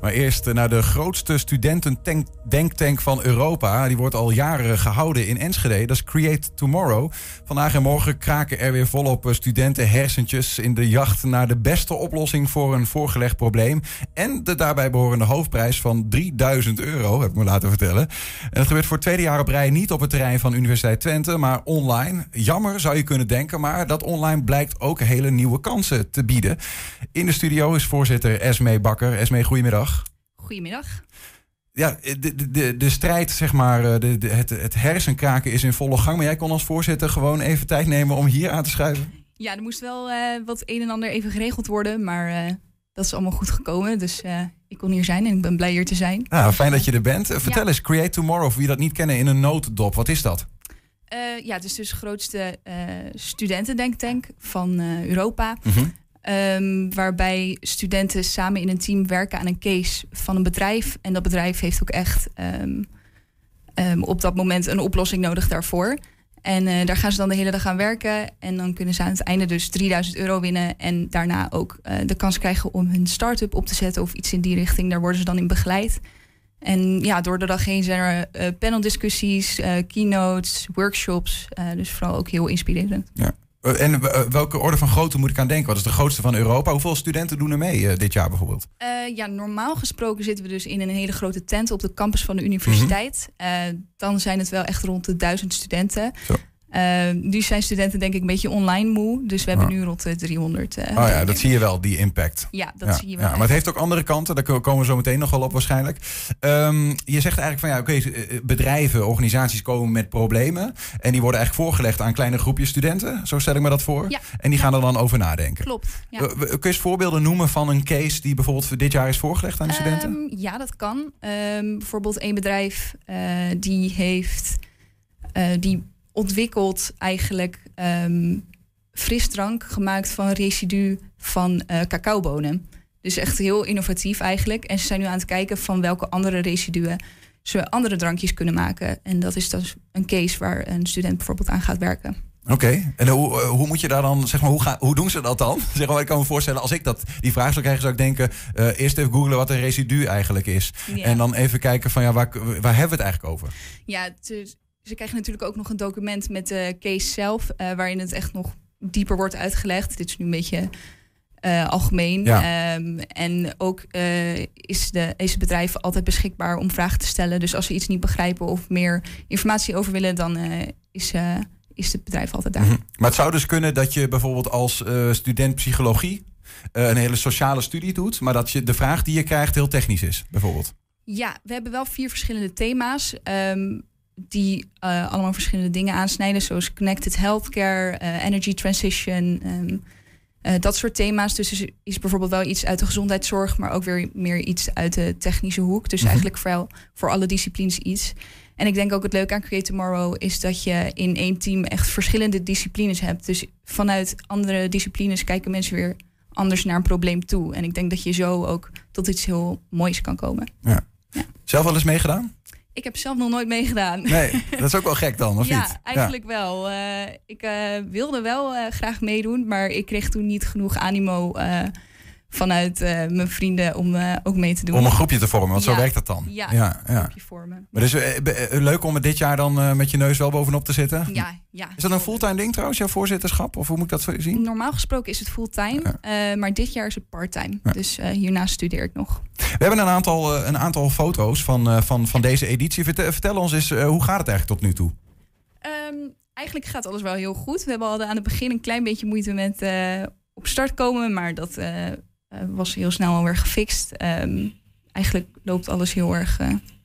Maar eerst naar de grootste studentendenktank van Europa. Die wordt al jaren gehouden in Enschede. Dat is Create Tomorrow. Vandaag en morgen kraken er weer volop studentenhersentjes in de jacht naar de beste oplossing voor een voorgelegd probleem. En de daarbij behorende hoofdprijs van €3000, heb ik me laten vertellen. En dat gebeurt voor het tweede jaar op rij niet op het terrein van Universiteit Twente, maar online. Jammer zou je kunnen denken, maar dat online blijkt ook hele nieuwe kansen te bieden. In de studio is voorzitter Esmee Bakker. Esmee, goedemiddag. Goedemiddag. Ja, de strijd, zeg maar, het hersenkraken is in volle gang. Maar jij kon als voorzitter gewoon even tijd nemen om hier aan te schuiven? Ja, er moest wel wat een en ander even geregeld worden, maar dat is allemaal goed gekomen. Dus ik kon hier zijn en ik ben blij hier te zijn. Nou, fijn dat je er bent. Vertel eens, Create Tomorrow, voor wie dat niet kennen, in een notendop. Wat is dat? Ja, het is dus de grootste studentendenktank van Europa. Waarbij studenten samen in een team werken aan een case van een bedrijf. En dat bedrijf heeft ook echt op dat moment een oplossing nodig daarvoor. En daar gaan ze dan de hele dag aan werken. En dan kunnen ze aan het einde dus €3000 winnen. En daarna ook de kans krijgen om hun start-up op te zetten of iets in die richting. Daar worden ze dan in begeleid. En ja, door de dag heen zijn er paneldiscussies, keynotes, workshops. Dus vooral ook heel inspirerend. Ja. En welke orde van grootte moet ik aan denken? Wat is de grootste van Europa? Hoeveel studenten doen er mee dit jaar bijvoorbeeld? Ja, normaal gesproken zitten we dus in een hele grote tent op de campus van de universiteit. Dan zijn het wel echt rond de 1000 studenten. Zo. Nu zijn studenten denk ik een beetje online moe. Dus we hebben nu rond de 300. Ja, dat zie je wel, die impact. Ja, dat zie je wel. Ja, maar het heeft ook andere kanten. Daar komen we zo meteen nog wel op waarschijnlijk. Je zegt eigenlijk van bedrijven, organisaties komen met problemen. En die worden eigenlijk voorgelegd aan kleine groepjes studenten. Zo stel ik me dat voor. Ja. En die gaan er dan over nadenken. Klopt. Ja. Kun je eens voorbeelden noemen van een case die bijvoorbeeld voor dit jaar is voorgelegd aan de studenten? Ja, dat kan. Bijvoorbeeld een bedrijf die ontwikkeld eigenlijk frisdrank gemaakt van residu van cacaobonen. Dus echt heel innovatief eigenlijk. En ze zijn nu aan het kijken van welke andere residuen ze andere drankjes kunnen maken. En dat is dus een case waar een student bijvoorbeeld aan gaat werken. Oké. En hoe moet je daar dan, zeg maar, hoe doen ze dat dan? Zeg maar, ik kan me voorstellen, als ik die vraag zou krijgen, zou ik denken, eerst even googlen wat een residu eigenlijk is. Ja. En dan even kijken van, ja, waar hebben we het eigenlijk over? Ja, ze krijgen natuurlijk ook nog een document met de case zelf, waarin het echt nog dieper wordt uitgelegd. Dit is nu een beetje algemeen. Ja. En ook is het bedrijf altijd beschikbaar om vragen te stellen. Dus als ze iets niet begrijpen of meer informatie over willen, dan is het bedrijf altijd daar. Mm-hmm. Maar het zou dus kunnen dat je bijvoorbeeld als student psychologie een hele sociale studie doet, maar dat de vraag die je krijgt heel technisch is, bijvoorbeeld. Ja, we hebben wel 4 verschillende thema's. Die allemaal verschillende dingen aansnijden, zoals connected healthcare, energy transition, dat soort thema's. Dus er is bijvoorbeeld wel iets uit de gezondheidszorg, maar ook weer meer iets uit de technische hoek. Dus eigenlijk voor alle disciplines iets. En ik denk ook het leuke aan Create Tomorrow is dat je in één team echt verschillende disciplines hebt. Dus vanuit andere disciplines kijken mensen weer anders naar een probleem toe. En ik denk dat je zo ook tot iets heel moois kan komen. Ja. Ja. Zelf wel eens meegedaan? Ik heb zelf nog nooit meegedaan. Nee, dat is ook wel gek dan, of niet? Ja, eigenlijk wel. Ik wilde wel graag meedoen, maar ik kreeg toen niet genoeg animo vanuit mijn vrienden om ook mee te doen. Om een groepje te vormen, want zo werkt dat dan. Ja, een groepje vormen. Maar dus leuk om er dit jaar dan met je neus wel bovenop te zitten? Ja. Is dat een fulltime ding trouwens, jouw voorzitterschap? Of hoe moet ik dat zo zien? Normaal gesproken is het fulltime, maar dit jaar is het parttime. Ja. Dus hiernaast studeer ik nog. We hebben een aantal foto's van deze editie. Vertel ons eens, hoe gaat het eigenlijk tot nu toe? Eigenlijk gaat alles wel heel goed. We hebben al aan het begin een klein beetje moeite met op start komen, maar dat was heel snel alweer gefixt. Eigenlijk loopt alles heel erg.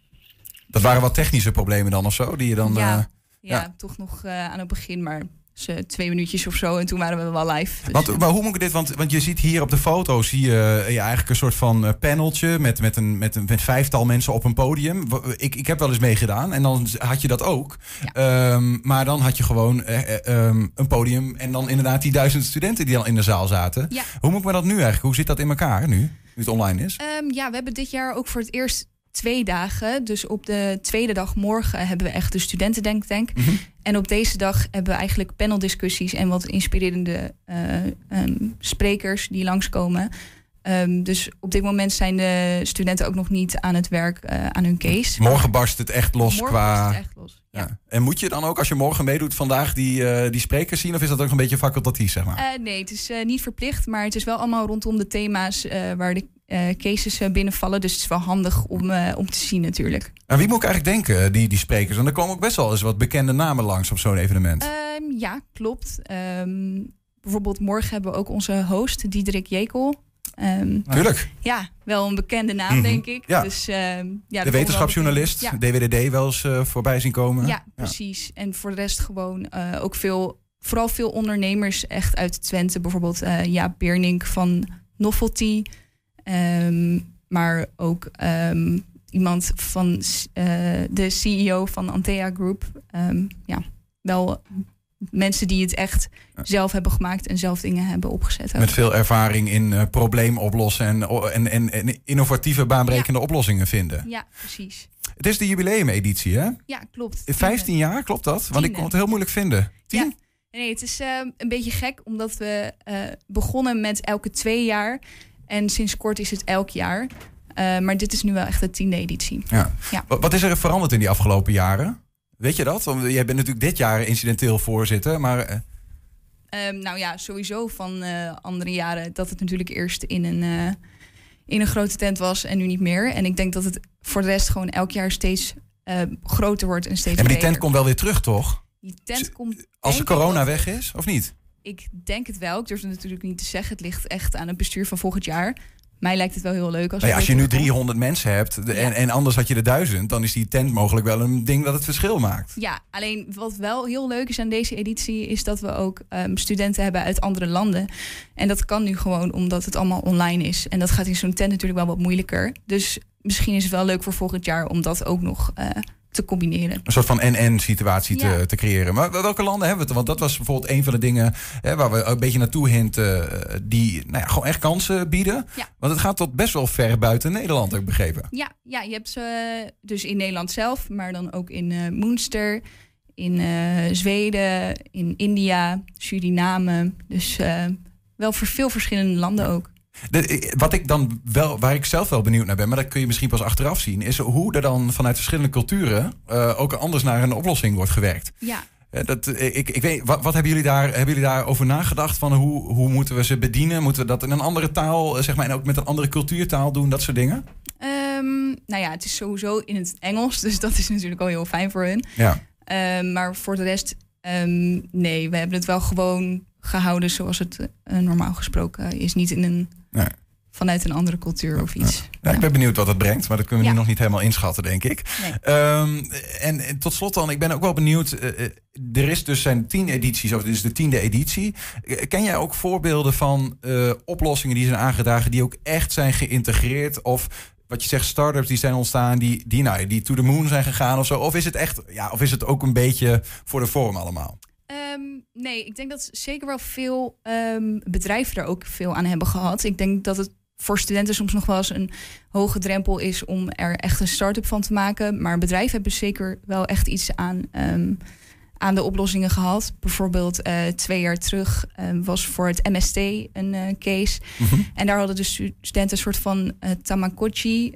Dat waren wat technische problemen dan of zo? Die je dan, ja, toch nog aan het begin, maar 2 minuutjes of zo en toen waren we wel live. Dus, maar hoe moet ik dit? Want je ziet hier op de foto zie je eigenlijk een soort van paneltje met 5-tal mensen op een podium. Ik heb wel eens meegedaan en dan had je dat ook. Ja. Maar dan had je gewoon een podium en dan inderdaad die 1000 studenten die dan in de zaal zaten. Ja. Hoe moet ik me dat nu eigenlijk? Hoe zit dat in elkaar nu het online is? We hebben dit jaar ook voor het eerst 2 dagen. Dus op de tweede dag morgen hebben we echt de studentendenktank. Mm-hmm. En op deze dag hebben we eigenlijk paneldiscussies en wat inspirerende sprekers die langskomen. Dus op dit moment zijn de studenten ook nog niet aan het werk aan hun case. Morgen barst het echt los. Morgen barst het echt los, ja. En moet je dan ook, als je morgen meedoet vandaag, die sprekers zien? Of is dat ook een beetje facultatief, zeg maar? Nee, het is niet verplicht. Maar het is wel allemaal rondom de thema's waar de cases binnenvallen. Dus het is wel handig om te zien natuurlijk. En wie moet ik eigenlijk denken, die sprekers? En er komen ook best wel eens wat bekende namen langs op zo'n evenement. Ja, klopt. Bijvoorbeeld morgen hebben we ook onze host, Diederik Jekel. Tuurlijk. Ja, wel een bekende naam, denk ik. Ja. Dus, de wetenschapsjournalist, DWDD wel eens voorbij zien komen. Ja, precies. En voor de rest gewoon ook vooral veel ondernemers echt uit Twente. Bijvoorbeeld Jaap Beernink van Novelty. Maar ook iemand van de CEO van Antea Group. Wel mensen die het echt zelf hebben gemaakt en zelf dingen hebben opgezet. Met veel ervaring in probleem oplossen en innovatieve baanbrekende oplossingen vinden. Ja, precies. Het is de jubileumeditie, hè? Ja, klopt. 15 jaar, klopt dat? Want ik kon het heel moeilijk vinden. 10? Ja. Nee, het is een beetje gek, omdat we begonnen met elke 2 jaar. En sinds kort is het elk jaar. Maar dit is nu wel echt de 10e editie. Ja. Wat is er veranderd in die afgelopen jaren? Weet je dat? Want jij bent natuurlijk dit jaar incidenteel voorzitter, maar... Sowieso van andere jaren dat het natuurlijk eerst in een grote tent was en nu niet meer. En ik denk dat het voor de rest gewoon elk jaar steeds groter wordt en steeds maar die breder. tent komt wel weer terug, toch? Die tent komt... Als de corona weg is, of niet? Ik denk het wel. Ik durf het natuurlijk niet te zeggen. Het ligt echt aan het bestuur van volgend jaar. Mij lijkt het wel heel leuk. Als je nu 300 mensen hebt en anders had je er 1000... dan is die tent mogelijk wel een ding dat het verschil maakt. Ja, alleen wat wel heel leuk is aan deze editie... is dat we ook studenten hebben uit andere landen. En dat kan nu gewoon omdat het allemaal online is. En dat gaat in zo'n tent natuurlijk wel wat moeilijker. Dus misschien is het wel leuk voor volgend jaar om dat ook nog... te combineren. Een soort van en-en-situatie te creëren. Maar welke landen hebben we het? Want dat was bijvoorbeeld een van de dingen... waar we een beetje naartoe hinten... die gewoon echt kansen bieden. Ja. Want het gaat tot best wel ver buiten Nederland, heb ik begrepen. Ja, je hebt ze dus in Nederland zelf... maar dan ook in Münster, in Zweden, in India, Suriname. Dus wel voor veel verschillende landen ook. Wat ik dan wel, waar ik zelf wel benieuwd naar ben, maar dat kun je misschien pas achteraf zien, is hoe er dan vanuit verschillende culturen ook anders naar een oplossing wordt gewerkt. Ja. Ik weet, wat hebben jullie daar over nagedacht? Van hoe moeten we ze bedienen? Moeten we dat in een andere taal, zeg maar, en ook met een andere cultuurtaal doen, dat soort dingen? Het is sowieso in het Engels, dus dat is natuurlijk al heel fijn voor hun. Ja. Maar voor de rest, nee, we hebben het wel gewoon gehouden zoals het normaal gesproken is. Niet in vanuit een andere cultuur of iets. Ja, ik ben benieuwd wat het brengt, maar dat kunnen we nu nog niet helemaal inschatten, denk ik. Nee. En tot slot dan, ik ben ook wel benieuwd. Er is dus zijn 10 edities, of dit is de 10e editie. Ken jij ook voorbeelden van oplossingen die zijn aangedragen, die ook echt zijn geïntegreerd? Of wat je zegt, start-ups die zijn ontstaan, die to the moon zijn gegaan of zo? Of is het echt, of is het ook een beetje voor de vorm allemaal? Nee, ik denk dat zeker wel veel bedrijven er ook veel aan hebben gehad. Ik denk dat het voor studenten soms nog wel eens een hoge drempel is om er echt een start-up van te maken. Maar bedrijven hebben zeker wel echt iets aan de oplossingen gehad. Bijvoorbeeld 2 jaar terug was voor het MST een case. Mm-hmm. En daar hadden de studenten een soort van Tamagotchi...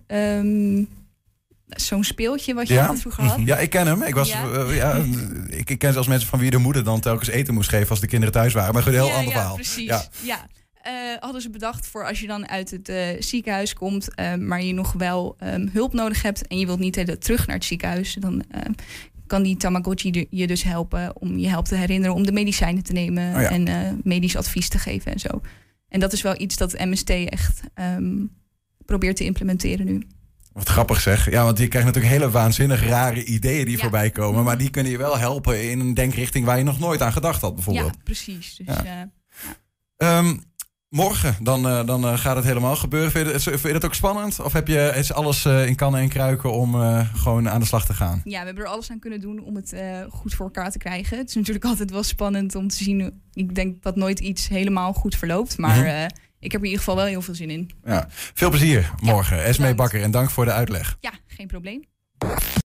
zo'n speeltje wat je altijd vroeger had. Ja, ik ken hem. Ik ken zelfs mensen van wie de moeder dan telkens eten moest geven als de kinderen thuis waren. Maar een heel ander verhaal. Precies. Ja. Hadden ze bedacht voor als je dan uit het ziekenhuis komt, maar je nog wel hulp nodig hebt en je wilt niet terug naar het ziekenhuis, dan kan die Tamagotchi je dus helpen om je te herinneren om de medicijnen te nemen en medisch advies te geven en zo. En dat is wel iets dat MST echt probeert te implementeren nu. Wat grappig zeg. Ja, want je krijgt natuurlijk hele waanzinnig rare ideeën die voorbij komen. Maar die kunnen je wel helpen in een denkrichting waar je nog nooit aan gedacht had, bijvoorbeeld. Ja, precies. Dus, morgen, dan gaat het helemaal gebeuren. Vind je dat ook spannend? Of is alles in kannen en kruiken om gewoon aan de slag te gaan? Ja, we hebben er alles aan kunnen doen om het goed voor elkaar te krijgen. Het is natuurlijk altijd wel spannend om te zien. Ik denk dat nooit iets helemaal goed verloopt. Maar ik heb er in ieder geval wel heel veel zin in. Ja. Veel plezier morgen. Esmee Bakker en dank voor de uitleg. Ja, geen probleem.